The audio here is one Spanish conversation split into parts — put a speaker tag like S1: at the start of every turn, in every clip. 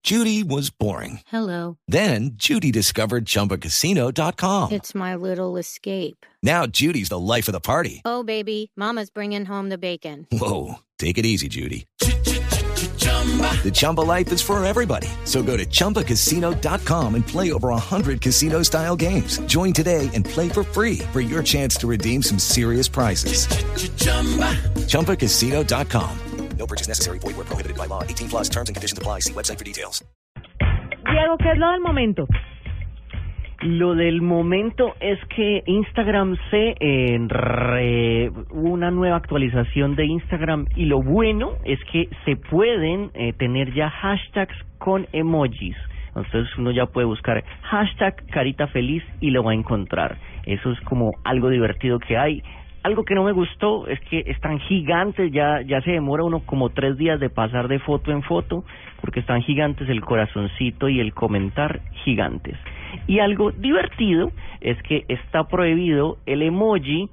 S1: Judy was boring.
S2: Hello.
S1: Then Judy discovered ChumbaCasino.com.
S2: It's my little escape.
S1: Now Judy's the life of the party.
S2: Oh, baby, mama's bringing home the bacon.
S1: Whoa, take it easy, Judy. The Chumba life is for everybody. So go to ChumbaCasino.com and play over 100 casino-style games. Join today and play for free for your chance to redeem some serious prizes. ChumbaCasino.com. No purchase necessary. Void where prohibited by law. 18 plus terms and conditions apply. See website for details.
S3: Diego, ¿qué es lo del momento?
S4: Lo del momento es que Instagram hubo una nueva actualización de Instagram y lo bueno es que se pueden tener ya hashtags con emojis. Entonces uno ya puede buscar hashtag carita feliz y lo va a encontrar. Eso es como algo divertido que hay. Algo que no me gustó es que están gigantes, ya se demora uno como 3 días de pasar de foto en foto, porque están gigantes el corazoncito y el comentar gigantes. Y algo divertido es que está prohibido el emoji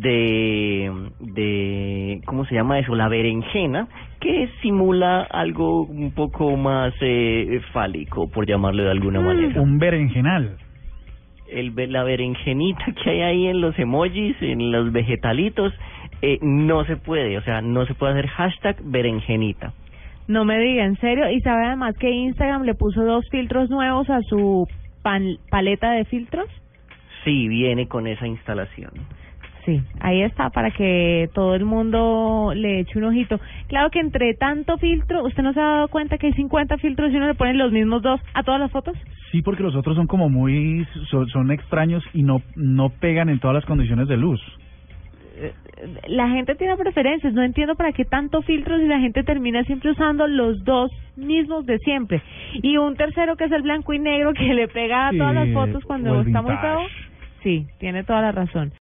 S4: de ¿cómo se llama eso? La berenjena, que simula algo un poco más fálico, por llamarlo de alguna manera.
S5: Un berenjenal.
S4: La berenjenita que hay ahí en los emojis, en los vegetalitos, no se puede, o sea, no se puede hacer hashtag berenjenita.
S3: No me diga, ¿en serio? ¿Y sabe además que Instagram le puso 2 filtros nuevos a su paleta de filtros?
S4: Sí, viene con esa instalación.
S3: Sí, ahí está, para que todo el mundo le eche un ojito. Claro que entre tanto filtro, ¿usted no se ha dado cuenta que hay 50 filtros y uno le pone los mismos 2 a todas las fotos?
S5: Sí, porque los otros son como muy... son extraños y no pegan en todas las condiciones de luz.
S3: La gente tiene preferencias, no entiendo para qué tanto filtros y la gente termina siempre usando los 2 mismos de siempre. Y un tercero que es el blanco y negro que le pega a todas las fotos cuando está muy feo. Sí, tiene toda la razón.